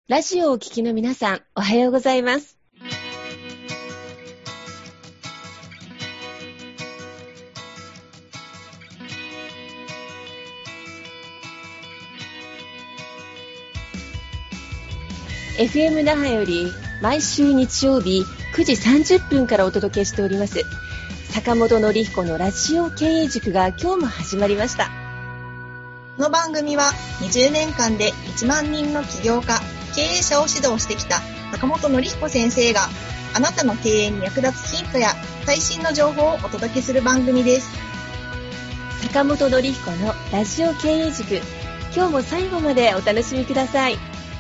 ラジオをお聞きの皆さん、おはようございます。FM 那覇より毎週日曜日9時30分からお届けしております坂本典彦のラジオ経営塾が今日も始まりました。 この番組は20年間で1万人の起業家、経営者を指導してきた坂本典彦先生があなたの経営に役立つヒントや最新の情報をお届けする番組です。 坂本典彦のラジオ経営塾、今日も最後までお楽しみください。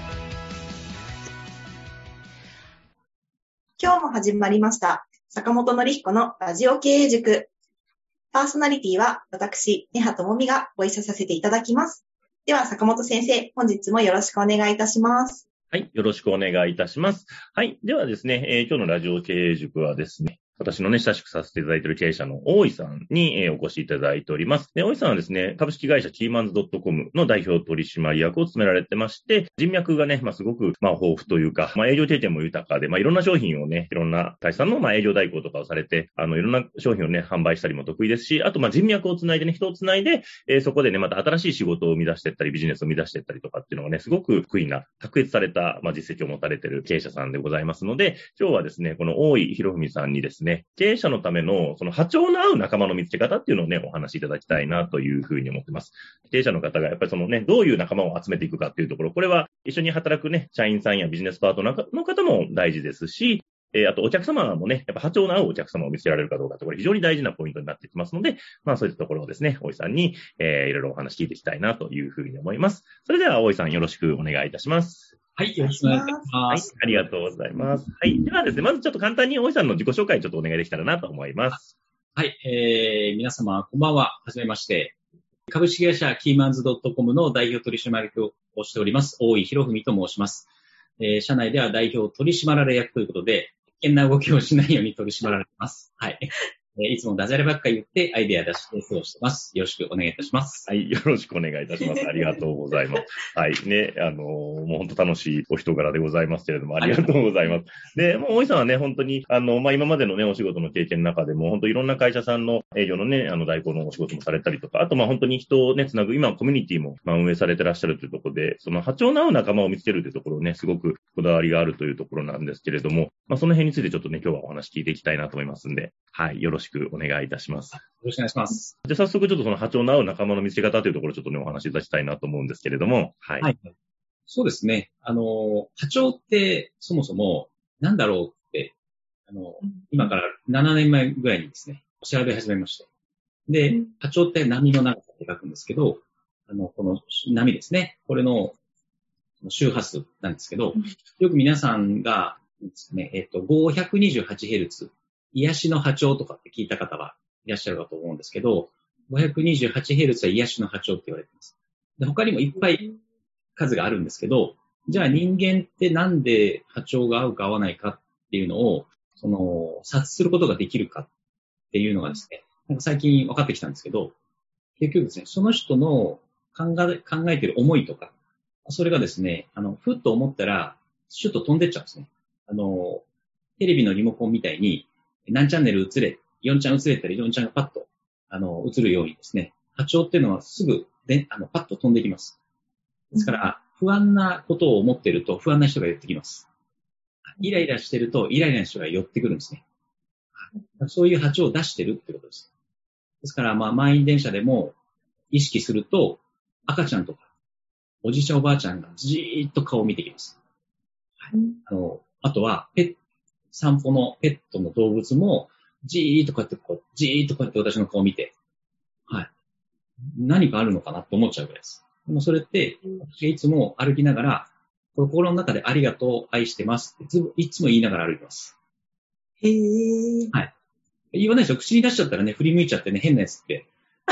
今日も始まりました坂本典彦のラジオ経営塾。パーソナリティは私、根葉智美がご一緒させていただきます。では坂本先生、本日もよろしくお願いいたします。 はい、よろしくお願いいたします。はい、ではですね、今日のラジオ経営塾はですね、私のね、親しくさせていただいている経営者の大井さんに、お越しいただいております。で、大井さんはですね、株式会社キーマンズ .com の代表取締役を務められてまして、人脈がね、すごく、豊富というか、営業経験も豊かで、いろんな商品をね、いろんな会社さんの、営業代行とかをされて、いろんな商品をね、販売したりも得意ですし、あと、人脈をつないでね、人をつないで、そこでね、また新しい仕事を生み出していったり、ビジネスを生み出していったりとかっていうのがね、すごく得意な、卓越された、実績を持たれている経営者さんでございますので、今日はですね、この大井博文さんにですね、経営者のための、その波長の合う仲間の見つけ方っていうのをね、お話しいただきたいなというふうに思ってます。経営者の方がやっぱりそのね、どういう仲間を集めていくかっていうところ、これは一緒に働くね、社員さんやビジネスパートナーの方も大事ですし、あとお客様もね、やっぱ波長の合うお客様を見つけられるかどうかってこれ非常に大事なポイントになってきますので、そういったところをですね、大井さんに、いろいろお話聞いていきたいなというふうに思います。それでは大井さんよろしくお願いいたします。 はい、よろしくお願いします。 はい、ありがとうございます。はい。ではですね、まずちょっと簡単に大井さんの自己紹介ちょっとお願いできたらなと思います。 はい、皆様こんばんは。はじめまして。株式会社キーマンズ .com の代表取締役をしております、大井博文と申します。社内では代表取締られ役ということで、危険な動きをしないように取り締まられています。はい。いつもダジャレばっかり言ってアイデア出して過ごしてます。よろしくお願いいたします。 はい、よろしくお願いいたします。ありがとうございます。はい、ね、もう本当楽しいお人柄でございますけれども、ありがとうございます。で、もう大井さんはね、本当に、今までのね、お仕事の経験の中でも、本当いろんな会社さんの営業のね、代行のお仕事もされたりとか、あと本当に人をね、つなぐ、今コミュニティも、運営されてらっしゃるというところで、その波長の合う仲間を見つけるというところをね、すごくこだわりがあるというところなんですけれども、その辺についてちょっとね、今日はお話聞いていきたいなと思いますんで、はい、よろしくお願いいたします。 よろしくお願いします。 じゃあ早速ちょっとその波長の合う仲間の見つけ方というところをちょっとね、お話しいただきたいなと思うんですけれども、はい。はい。 そうですね。波長ってそもそも何だろうって、今から7年前ぐらいにですね、調べ始めまして。で、波長って波の長さって書くんですけど、この波ですね。これの周波数なんですけど、よく皆さんがですね、528Hz、癒しの波長とかって聞いた方はいらっしゃるかと思うんですけど、528Hz は癒しの波長って言われています。で、他にもいっぱい数があるんですけど、じゃあ人間ってなんで波長が合うか合わないかっていうのを、察することができるかっていうのがですね、なんか最近分かってきたんですけど、結局ですね、その人の考えている思いとか、それがですね、ふっと思ったら、シュッと飛んでっちゃうんですね。テレビのリモコンみたいに、何チャンネル映れ、4チャン映れたら4チャンがパッと、映るようにですね、波長っていうのはすぐで、パッと飛んできます。ですから、不安なことを思っていると不安な人が寄ってきます。イライラしてるとイライラな人が寄ってくるんですね。そういう波長を出してるってことです。ですから、満員電車でも意識すると、赤ちゃんとか、おじいちゃんおばあちゃんがじーっと顔を見てきます。あとは、散歩のペットの動物も、じーっとこうやって私の顔を見て、はい。何かあるのかなと思っちゃうぐらいです。でもそれって、私がいつも歩きながら、心の中でありがとう、愛してますっていつも言いながら歩いてます。 へー。 はい。言わないですよ。口に出しちゃったらね、振り向いちゃってね、変なやつって、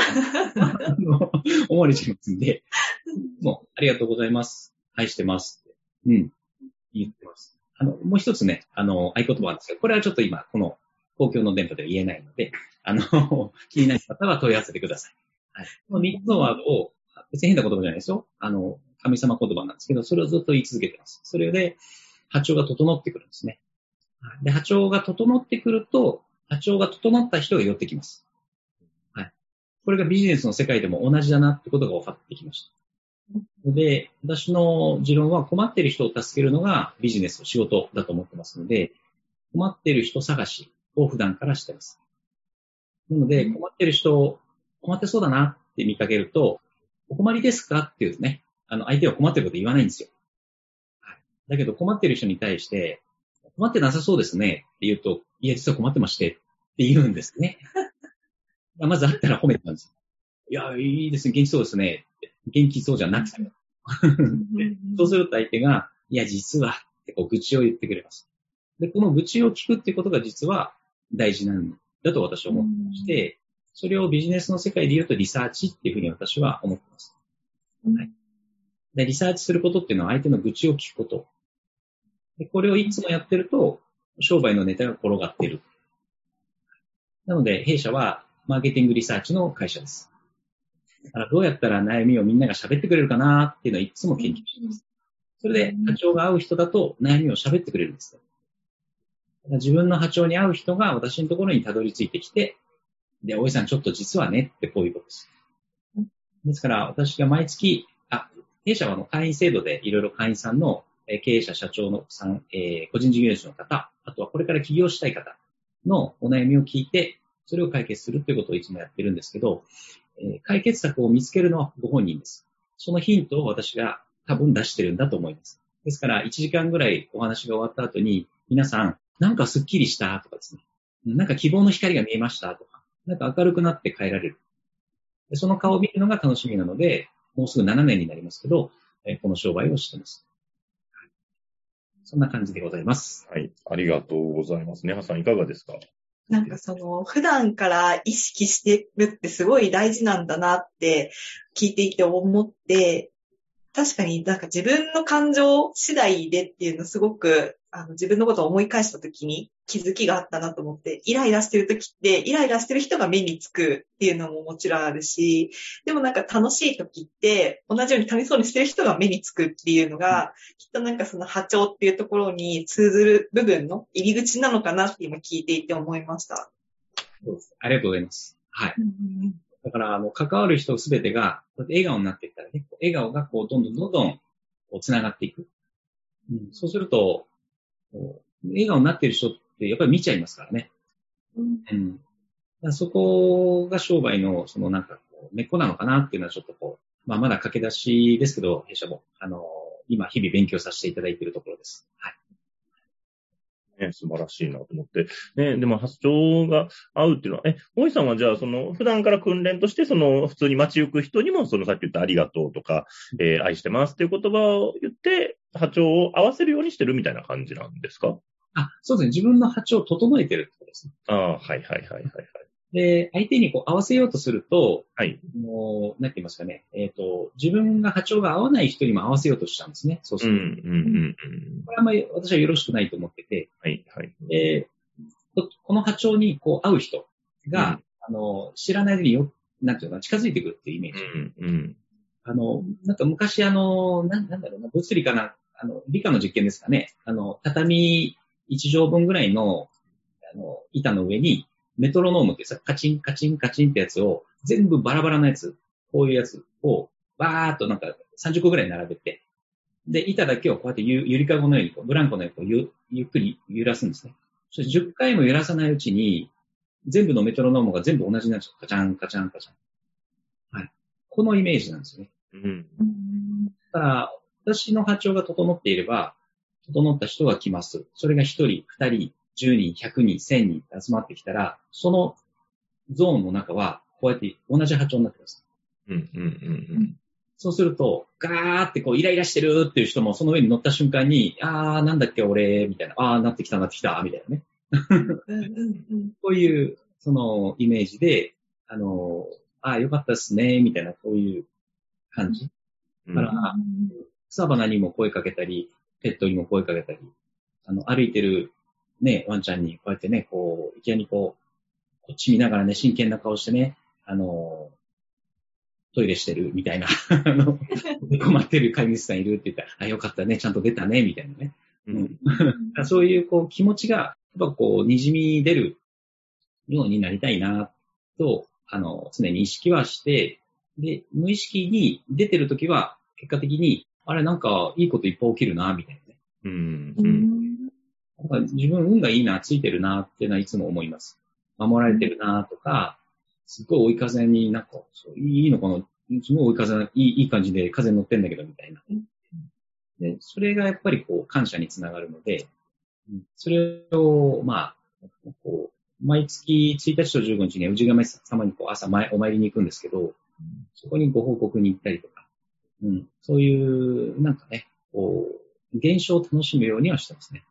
思われちゃいますんで、もう、ありがとうございます。愛してますって。言ってます。もう一つね、合言葉なんですけど、これはちょっと今、この公共の電波では言えないので、気になる方は問い合わせてください。はい。この3つのワードを、別に変な言葉じゃないですよ。 神様言葉なんですけど、それをずっと言い続けてます。それで波長が整ってくるんですね。で、波長が整ってくると、波長が整った人が寄ってきます。はい。これがビジネスの世界でも同じだなってことが分かってきました。で、私の持論は困っている人を助けるのがビジネス、仕事だと思ってますので、困っている人探しを普段からしてます。なので、困っている人、困ってそうだなって見かけると、お困りですかって言うとね、相手は困ってること言わないんですよ。はい。だけど困っている人に対して、困ってなさそうですねって言うと、いや、実は困ってましてって言うんですね。まず会ったら褒めてたんですよ。いや、いいですね、元気そうですねって。元気そうじゃなくて。そうすると相手が、いや、実はってこう愚痴を言ってくれます。で、この愚痴を聞くっていうことが実は大事なんだと私は思ってまして、それをビジネスの世界で言うとリサーチっていうふうに私は思ってます。はい。で、リサーチすることっていうのは相手の愚痴を聞くこと。で、これをいつもやってると、商売のネタが転がっている。なので、弊社はマーケティングリサーチの会社です。だからどうやったら悩みをみんなが喋ってくれるかなっていうのをいつも研究しています。それで、波長が合う人だと悩みを喋ってくれるんです。自分の波長に合う人が私のところにたどり着いてきて、で、大井さんちょっと実はねってこういうことです。ですから、私が毎月、弊社は会員制度でいろいろ会員さんの経営者、社長のさん、個人事業主の方、あとはこれから起業したい方のお悩みを聞いて、それを解決するということをいつもやってるんですけど、解決策を見つけるのはご本人です。そのヒントを私が多分出してるんだと思います。ですから、1時間ぐらいお話が終わった後に、皆さん、なんかスッキリしたとかですね、なんか希望の光が見えましたとか、なんか明るくなって帰られる。その顔を見るのが楽しみなので、もうすぐ7年になりますけど、この商売をしています。そんな感じでございます。 はい。ありがとうございます。ネハさんいかがですか？ なんか普段から意識してるってすごい大事なんだなって聞いていて思って、確かになんか自分の感情次第でっていうのすごく自分のことを思い返したときに気づきがあったなと思って、イライラしてるときってイライラしてる人が目につくっていうのももちろんあるし、でもなんか楽しいときって同じように楽しそうにしてる人が目につくっていうのが、きっとなんかその波長っていうところに通ずる部分の入り口なのかなって今聞いていて思いました。 そうです。ありがとうございます。はい。だから、関わる人すべてが、笑顔になっていったらね、笑顔がこう、どんどん繋がっていく。そうすると、笑顔になっている人ってやっぱり見ちゃいますからね。だからそこが商売の、なんかこう、根っこなのかなっていうのはちょっとこう、まだ駆け出しですけど、弊社も、今日々勉強させていただいているところです。はい。 ね、素晴らしいなと思って。ね、でも波長が合うっていうのは、大井さんはじゃあ、普段から訓練として、普通に街行く人にも、さっき言ったありがとうとか、愛してますっていう言葉を言って、波長を合わせるようにしてるみたいな感じなんですか？ そうですね。自分の波長を整えてるってことですね。 はい。 で、相手にこう合わせようとすると、 はい。 なんて言いますかね。自分が波長が合わない人にも合わせようとしちゃうんですね。そうすると。これはあんまり私はよろしくないと思ってて。 はい。 この波長にこう合う人が、知らない間になんていうのかな、近づいてくるっていうイメージ。なんか昔なんだろうな、物理かな、理科の実験ですかね。畳1畳分ぐらいの、板の上に、メトロノームってさ、カチンカチンカチンってやつを、全部バラバラなやつ、こういうやつを、バーっとなんか30個ぐらい並べて、で、板だけをこうやってゆりかごのように、ブランコのようにゆっくり揺らすんですね。そして10回も揺らさないうちに、全部のメトロノームが全部同じになっちゃう。カチャン、カチャン、カチャン。はい。このイメージなんですよね。だから、私の波長が整っていれば、整った人が来ます。それが1人、2人、10人、100人、1000人集まってきたら、そのゾーンの中は、こうやって同じ波長になってます。そうすると、ガーってこうイライラしてるっていう人もその上に乗った瞬間に、なんだっけ俺、みたいな、なってきた、みたいなね。こういう、イメージで、よかったですね、みたいな、こういう感じ。だから、草花にも声かけたり、ペットにも声かけたり、歩いてるね、ワンちゃんにこうやってね、こう、いきなりこっち見ながらね、真剣な顔してね、ちょトイレしてるみたいな、困ってる飼い主さんいるって言ったら、あ、よかったね、ちゃんと出たね、みたいなね。そういうこう気持ちが、やっぱこう、滲み出るようになりたいな、と、常に意識はして、で、無意識に出てるときは、結果的に、あれなんかいいこといっぱい起きるな、みたいなね。なんか自分運がいいな、ついてるな、っていうのはいつも思います。守られてるな、とか、すごい追い風になんか、いいのかな、すごい追い風、いい感じで風に乗ってんだけど、みたいな。で、それがやっぱりこう、感謝につながるので、それを、まあ、こう、毎月1日と15日に氏神様にこう朝お参りに行くんですけど、そこにご報告に行ったりとか、そういう、なんかね、こう、現象を楽しむようにはしてますね。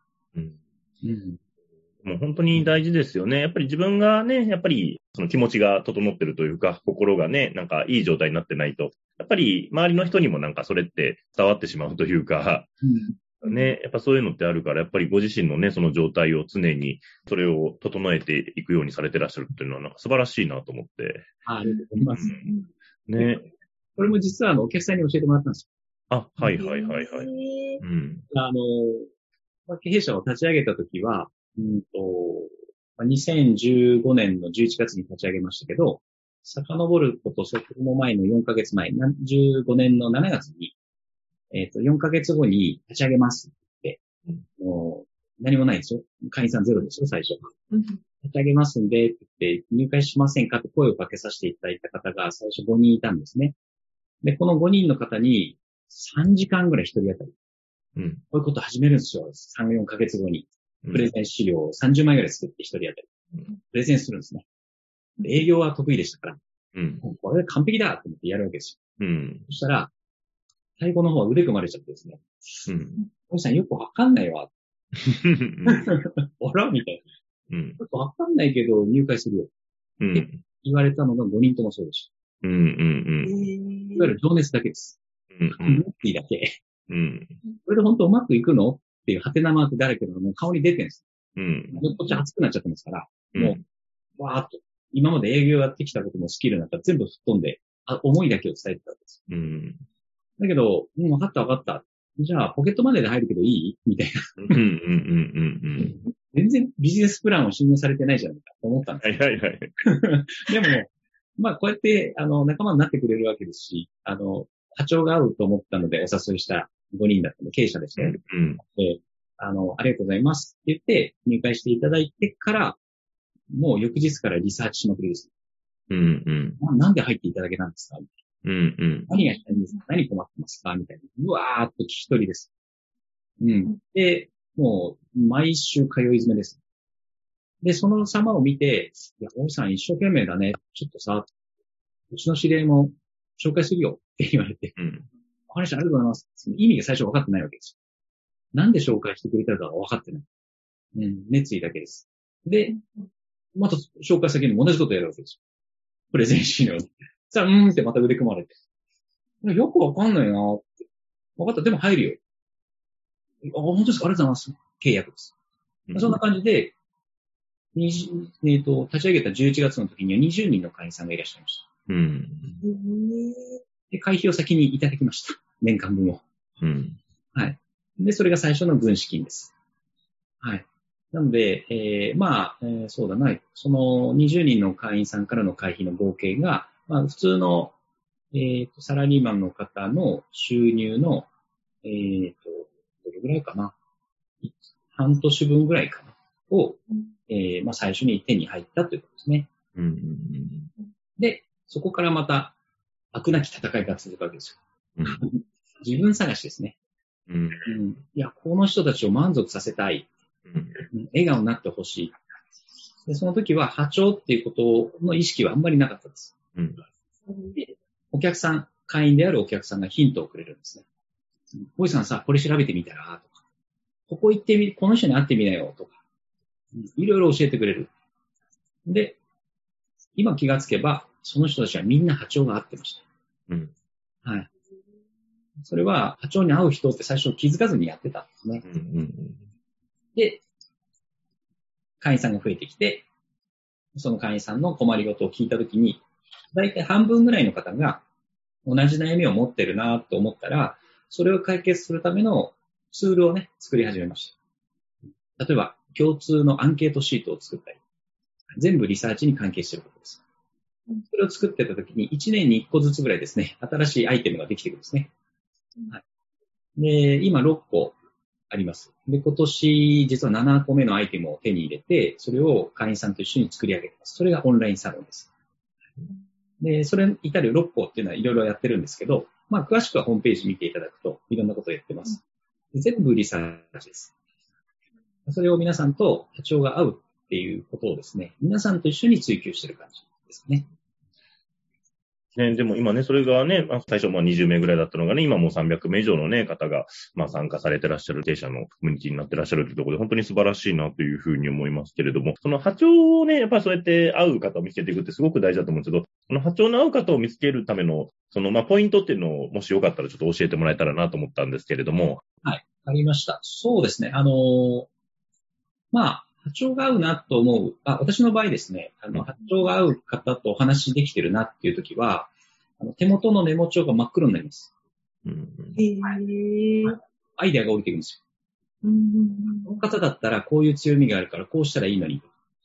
もう本当に大事ですよね。やっぱり自分がね、やっぱりその気持ちが整ってるというか、心がね、なんかいい状態になってないと、やっぱり周りの人にもなんかそれって伝わってしまうというか、ね、やっぱそういうのってあるから、やっぱりご自身のね、その状態を常に、それを整えていくようにされてらっしゃるっていうのは、なんか素晴らしいなと思って。 ありがとうございます。 ね。 これも実はお客さんに教えてもらったんですよ。あ、はい。 経営者を立ち上げたときは、2015年の11月に立ち上げましたけど、遡ること、その前の4ヶ月前、15年の7月に、4ヶ月後に立ち上げますって、何もないですよ。会員さんゼロですよ、最初。立ち上げますんで、って言って、入会しませんかって声をかけさせていただいた方が最初5人いたんですね。で、この5人の方に3時間ぐらい1人当たり。こういうこと始めるんですよ。3、4ヶ月後に。プレゼン資料を30枚ぐらい作って1人当たり。プレゼンするんですね。営業は得意でしたから。これ完璧だと思ってやるわけですよ。そしたら、最後の方は腕組まれちゃってですね。おじさんよくわかんないわ。あらみたいな。よくわかんないけど入会するよ。って言われたのが5人ともそうでした。いわゆる情熱だけです。いいだけ。これで本当うまくいくのっていうハテナマークだらけの顔に出てるんです。こっち熱くなっちゃってますから、もう、わーっと、今まで営業やってきたこともスキルなんか全部吹っ飛んで、思いだけを伝えてたわけです。だけど、わかった。じゃあ、ポケットマネーで入るけどいいみたいな。全然ビジネスプランを信用されてないじゃないかと思ったんです。でも、まあ、こうやって、仲間になってくれるわけですし、波長が合うと思ったのでお誘いした5人だったので、経営者でしたよ。で、ありがとうございますって言って入会していただいてから、もう翌日からリサーチしまくりです。なんで入っていただけたんですか何がしたいんですか？何困ってますか？みたいな。うわーっと聞き取りです。で、もう、毎週通い詰めです。で、その様を見て、いや、大井さん一生懸命だね。ちょっとさ、うちの知り合いも紹介するよって言われて、わかりました、ありがとうございます。その意味が最初分かってないわけですよ。なんで紹介してくれたか分かってない。熱意だけです。で、また紹介先にも同じことやるわけですよ。プレゼン資料。さあ、ってまた腕組まれて。よくわかんないなって。わかった、でも入るよ。本当ですか？ありがとうございます。契約です。そんな感じで、立ち上げた11月の時には20人の会員さんがいらっしゃいました。で、会費を先にいただきました。年間分を。はい。で、それが最初の軍資金です。はい。なので、そうだな、その20人の会員さんからの会費の合計が、普通の、サラリーマンの方の収入の、どれぐらいかな。半年分ぐらいかな。を、最初に手に入ったということですね。で、そこからまた、飽くなき戦いが続くわけですよ。自分探しですね。いや、この人たちを満足させたい。笑顔になってほしい。で、その時は波長っていうことの意識はあんまりなかったです。で、お客さん、会員であるお客さんがヒントをくれるんですね。おじさんさ、これ調べてみたらとか、ここ行ってみ、この人に会ってみなよとか、いろいろ教えてくれる。で、今気がつけば、その人たちはみんな波長が合ってました。はい。それは波長に合う人って最初気づかずにやってたんですね。で、会員さんが増えてきて、その会員さんの困りごとを聞いたときに、だいたい半分ぐらいの方が、 同じ悩みを持ってるなと思ったら、それを解決するためのツールをね、作り始めました。例えば、共通のアンケートシートを作ったり、全部リサーチに関係していることです。それを作ってたときに、1年に1個ずつぐらいですね、新しいアイテムができてくるんですね。はい、で、今6個あります。で、今年、実は7個目のアイテムを手に入れて、それを会員さんと一緒に作り上げています。それがオンラインサロンです。で、それに至る6個っていうのはいろいろやってるんですけど、まあ、詳しくはホームページ見ていただくと、いろんなことをやってます。全部リサーチです。それを皆さんと波長が合うっていうことをですね、皆さんと一緒に追求してる感じですね。 ね、でも今ね、それがね、最初20名ぐらいだったのがね、今もう300名以上のね、方が、参加されてらっしゃる経営者のコミュニティになってらっしゃるというところで、本当に素晴らしいなというふうに思いますけれども、その波長をね、やっぱりそうやって合う方を見つけていくってすごく大事だと思うんですけど、その波長の合う方を見つけるための、ポイントっていうのを、もしよかったらちょっと教えてもらえたらなと思ったんですけれども。 はい、ありました。そうですね。波長が合うなと思う。私の場合ですね、波長が合う方とお話できてるなっていうときは、手元のメモ帳が真っ黒になります。アイデアが降りてくるんですよ。この方だったらこういう強みがあるからこうしたらいいのに。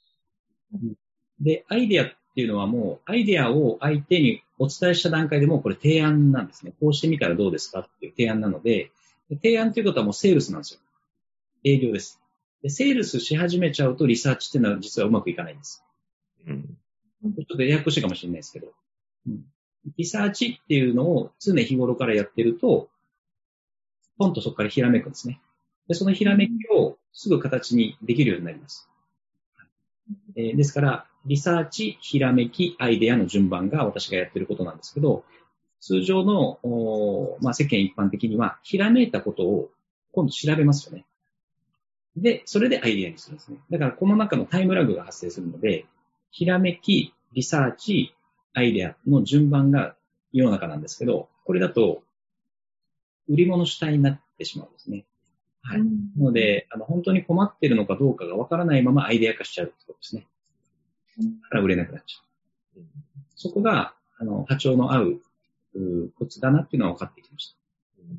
で、アイデアっていうのはもう、アイデアを相手にお伝えした段階でもうこれ提案なんですね。こうしてみたらどうですかっていう提案なので、提案ということはもうセールスなんですよ。営業です。で、セールスし始めちゃうとリサーチっていうのは実はうまくいかないんです。ちょっとややこしいかもしれないですけど。リサーチっていうのを常日頃からやってると、ポンとそこからひらめくんですね。で、そのひらめきをすぐ形にできるようになります。ですから、リサーチ、ひらめき、アイデアの順番が私がやってることなんですけど、通常の、世間一般的には、ひらめいたことを今度調べますよね。で、それでアイデアにするんですね。だからこの中のタイムラグが発生するので、ひらめき、リサーチ、アイデアの順番が世の中なんですけど、これだと、売り物主体になってしまうんですね。はい。なので、本当に困っているのかどうかがわからないままアイデア化しちゃうってことですね。だから売れなくなっちゃう。そこが、波長の合うコツだなっていうのは分かってきました。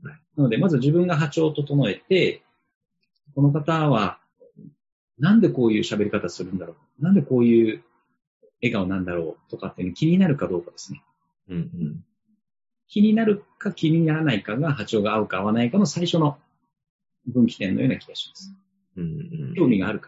はい。なので、まず自分が波長を整えて、この方は、なんでこういう喋り方するんだろう。なんでこういう笑顔なんだろうとかっていうの気になるかどうかですね。気になるか気にならないかが波長が合うか合わないかの最初の分岐点のような気がします。興味があるか。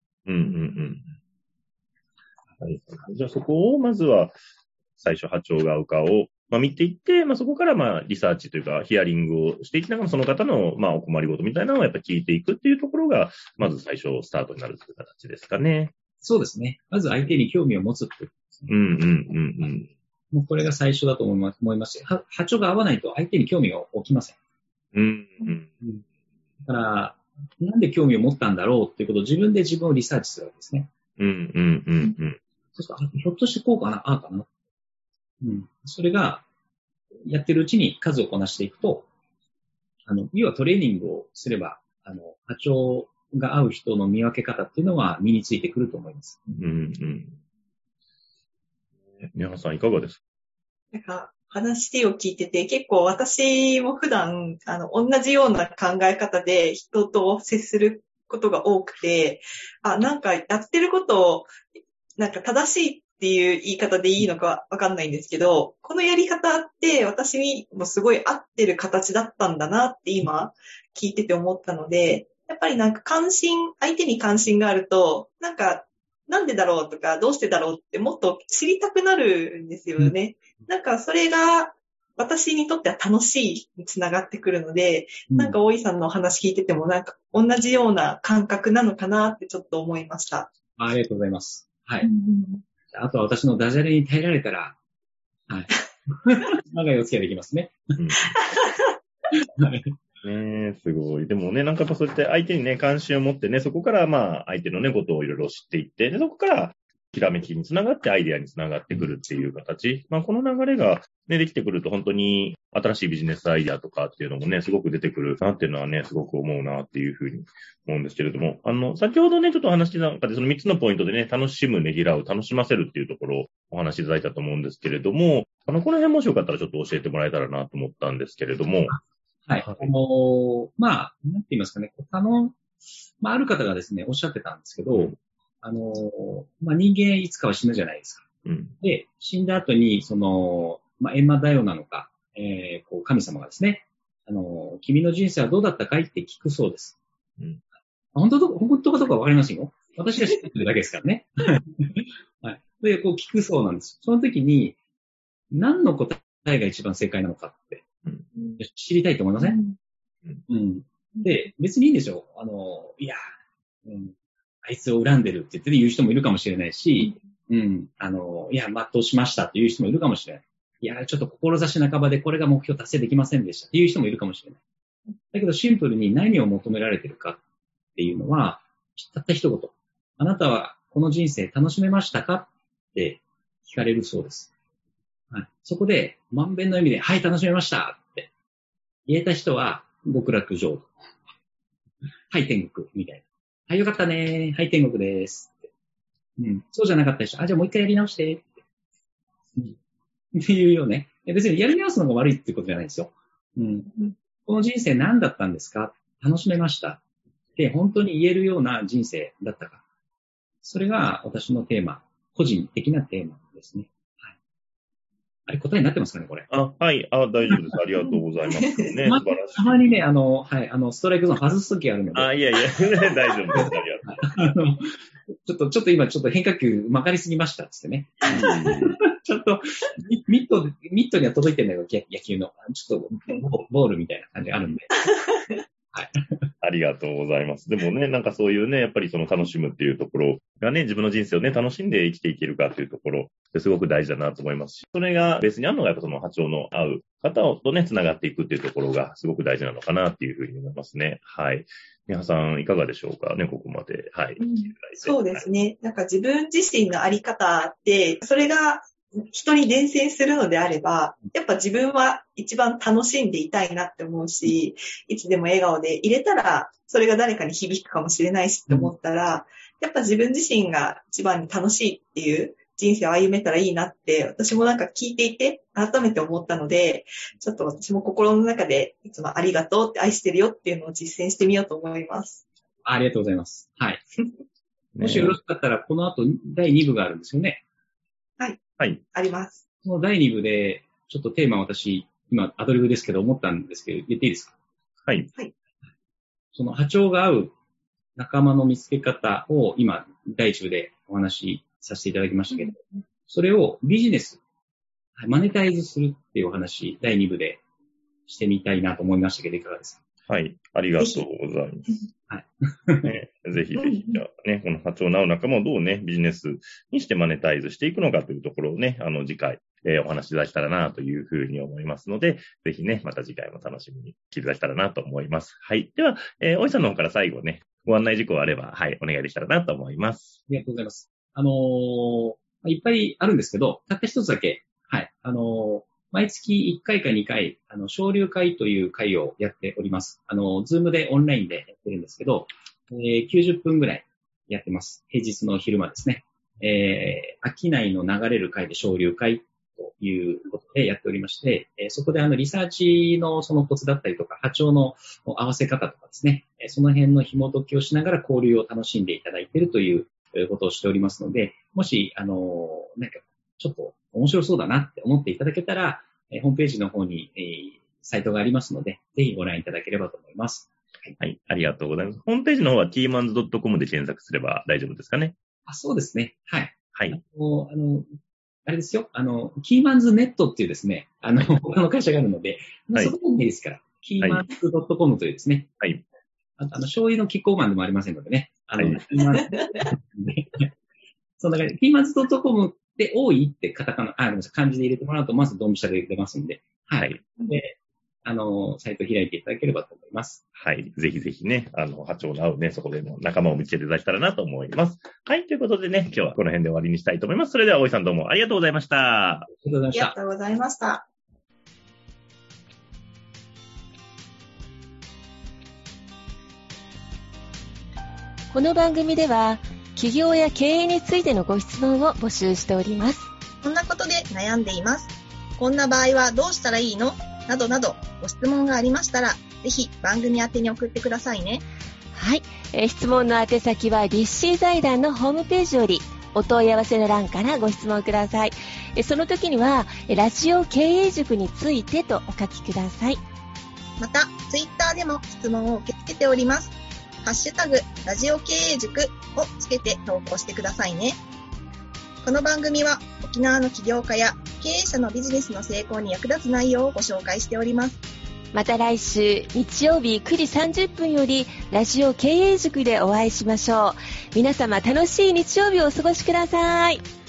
はい、じゃあそこをまずは最初波長が合うかを、見ていって、そこからリサーチというかヒアリングをしていきながらその方のお困りごとみたいなのをやっぱり聞いていくっていうところがまず最初スタートになるという形ですかね。 そうですね。まず相手に興味を持つっていうことですね。もうこれが最初だと思いますし、波長が合わないと相手に興味が起きません。だから、なんで興味を持ったんだろうっていうことを自分で自分をリサーチするわけですね。そうすると、ひょっとしてこうかな、ああかな。それが、やってるうちに数をこなしていくと、要はトレーニングをすれば、波長が合う人の見分け方っていうのは身についてくると思います。 宮原さんいかがですか？ なんか話を聞いてて結構私も普段同じような考え方で人と接することが多くて、なんかやってることをなんか正しいっていう言い方でいいのかわかんないんですけど、このやり方って私にもすごい合ってる形だったんだなって今聞いてて思ったので、やっぱりなんか相手に関心があると、なんでだろうとか、どうしてだろうってもっと知りたくなるんですよね。なんかそれが私にとっては楽しいにつながってくるので、なんか大井さんのお話聞いててもなんか同じような感覚なのかなってちょっと思いました。 ありがとうございます。はい。あとは私のダジャレに耐えられたら、はい。長いお付き合いできますね。 すごい。でもね、なんかやっぱそうやって相手にね、関心を持ってね、そこから相手のね、ことをいろいろ知っていって、で、そこからひらめきにつながってアイデアにつながってくるっていう形。この流れがね、できてくると本当に新しいビジネスアイデアとかっていうのもね、すごく出てくるなっていうのはね、すごく思うなっていうふうに思うんですけれども、先ほどね、ちょっとお話しした中でその3つのポイントでね、楽しむ、ねぎらう、楽しませるっていうところをお話しいただいたと思うんですけれども、この辺もしよかったらちょっと教えてもらえたらなと思ったんですけれども。 はい。なんて言いますかね、ある方がですね、おっしゃってたんですけど、人間いつかは死ぬじゃないですか。 うん、 で、死んだ後に、閻魔大王なのか、神様がですね、君の人生はどうだったかいって聞くそうです。 うん、 本当かどうかわかりませんよ。私が知ってるだけですからね。はい。で、聞くそうなんです。その時に、何の答えが一番正解なのかって、知りたいと思いません？で、別にいいんですよ。あいつを恨んでるって言う人もいるかもしれないし、全うしましたっていう人もいるかもしれない。いや、ちょっと志半ばでこれが目標達成できませんでしたっていう人もいるかもしれない。だけどシンプルに何を求められてるかっていうのは、たった一言。あなたはこの人生楽しめましたかって聞かれるそうです。はい、そこで満遍の意味で、はい、楽しめましたって言えた人は極楽浄土。はい、天国みたいな。はい、よかったね。はい、天国ですって。そうじゃなかったでしょ。じゃあもう一回やり直してって。っていうよね。別にやり直すのが悪いってことじゃないですよ。この人生何だったんですか？楽しめましたって本当に言えるような人生だったか。それが私のテーマ、個人的なテーマですね。はい。あれ、答えになってますかね、これ。 はい。大丈夫です。ありがとうございます。ね、素晴らしい。 たまにね、ストライクゾーン外すときあるので。 いや、大丈夫です。ありがとう。 ちょっと今変化球曲がりすぎましたっつってね。ちょっと、ミットには届いてるんだけど、野球の。ちょっと、ボールみたいな感じがあるんで。はい。 ありがとうございます。でもね、そういうね、やっぱりその楽しむっていうところがね、自分の人生をね、楽しんで生きていけるかっていうところ、すごく大事だなと思いますし、それが別にあるのがやっぱその波長の合う方とね、繋がっていくっていうところがすごく大事なのかなっていうふうに思いますね。はい。皆さんいかがでしょうかね、ここまで。はい。 そうですね。自分自身のあり方って、それが人に伝染するのであれば、やっぱ自分は一番楽しんでいたいなって思うし、いつでも笑顔で入れたら、それが誰かに響くかもしれないしって思ったら、やっぱ自分自身が一番に楽しいっていう人生を歩めたらいいなって、私も聞いていて改めて思ったので、ちょっと私も心の中でいつもありがとうって愛してるよっていうのを実践してみようと思います。 ありがとうございます。はい。もしよろしかったら、この後第2部があるんですよね。 はい。 はい。 あります。 その第2部で、ちょっとテーマ私、今アドリブですけど思ったんですけど、言っていいですか？ はい。 はい。 その波長が合う仲間の見つけ方を今、第1部でお話しさせていただきましたけど、それをビジネス、マネタイズするっていうお話、第2部でしてみたいなと思いましたけど、いかがですか？ はい。ありがとうございます。 はい。 ぜひぜひ、じゃあね、この波長の合う仲間をどうね、ビジネスにしてマネタイズしていくのかというところをね、次回、お話しいただけたらなというふうに思いますので、ぜひね、また次回も楽しみに聞いていただけたらなと思います。はい。では、大井さんの方から最後ね、ご案内事項あれば、はい、お願いできたらなと思います。 ありがとうございます。いっぱいあるんですけど、たった一つだけ、はい、毎月1回か2回、昇竜会という会をやっております。ズームでオンラインでやってるんですけど、90分ぐらいやってます。平日の昼間ですね。商いの流れる会で昇竜会ということでやっておりまして、そこでリサーチのそのコツだったりとか、波長の合わせ方とかですね、その辺の紐解きをしながら交流を楽しんでいただいているということをしておりますので、もし、ちょっと面白そうだなって思っていただけたら、ホームページの方に、サイトがありますので、ぜひご覧いただければと思います。 はい、ありがとうございます。ホームページの方は tmans.com で検索すれば大丈夫ですかね？ そうですね。はい。 はい。 あれですよ。キーマンズネットっていうですね、他の会社があるので、そこでもいいですから、キーマンズ .com というですね。 はい。 醤油のキッコーマンでもありませんのでね。 はい。 キーマンズそんな感じで、キーマンズ .com で多いってカタカナ、漢字で入れてもらうと、まずドンピシャで出ますんで。はい。で、 サイトを開いていただければと思います。 はい。ぜひぜひね、波長の合うね、そこでの仲間を見つけていただけたらなと思います。はい。ということでね、今日はこの辺で終わりにしたいと思います。それでは、大井さんどうもありがとうございました。 ありがとうございました。 ありがとうございました。 この番組では、企業や経営についてのご質問を募集しております。 こんなことで悩んでいます。こんな場合はどうしたらいいの？などなどご質問がありましたら、ぜひ番組宛てに送ってくださいね。 はい。質問の宛先は立志財団のホームページよりお問い合わせの欄からご質問ください。その時には、ラジオ経営塾についてとお書きください。 また、ツイッターでも質問を受け付けております。ハッシュタグ、ラジオ経営塾をつけて投稿してくださいね。この番組は沖縄の起業家や経営者のビジネスの成功に役立つ内容をご紹介しております。 また来週日曜日9時30分よりラジオ経営塾でお会いしましょう。皆様楽しい日曜日をお過ごしください。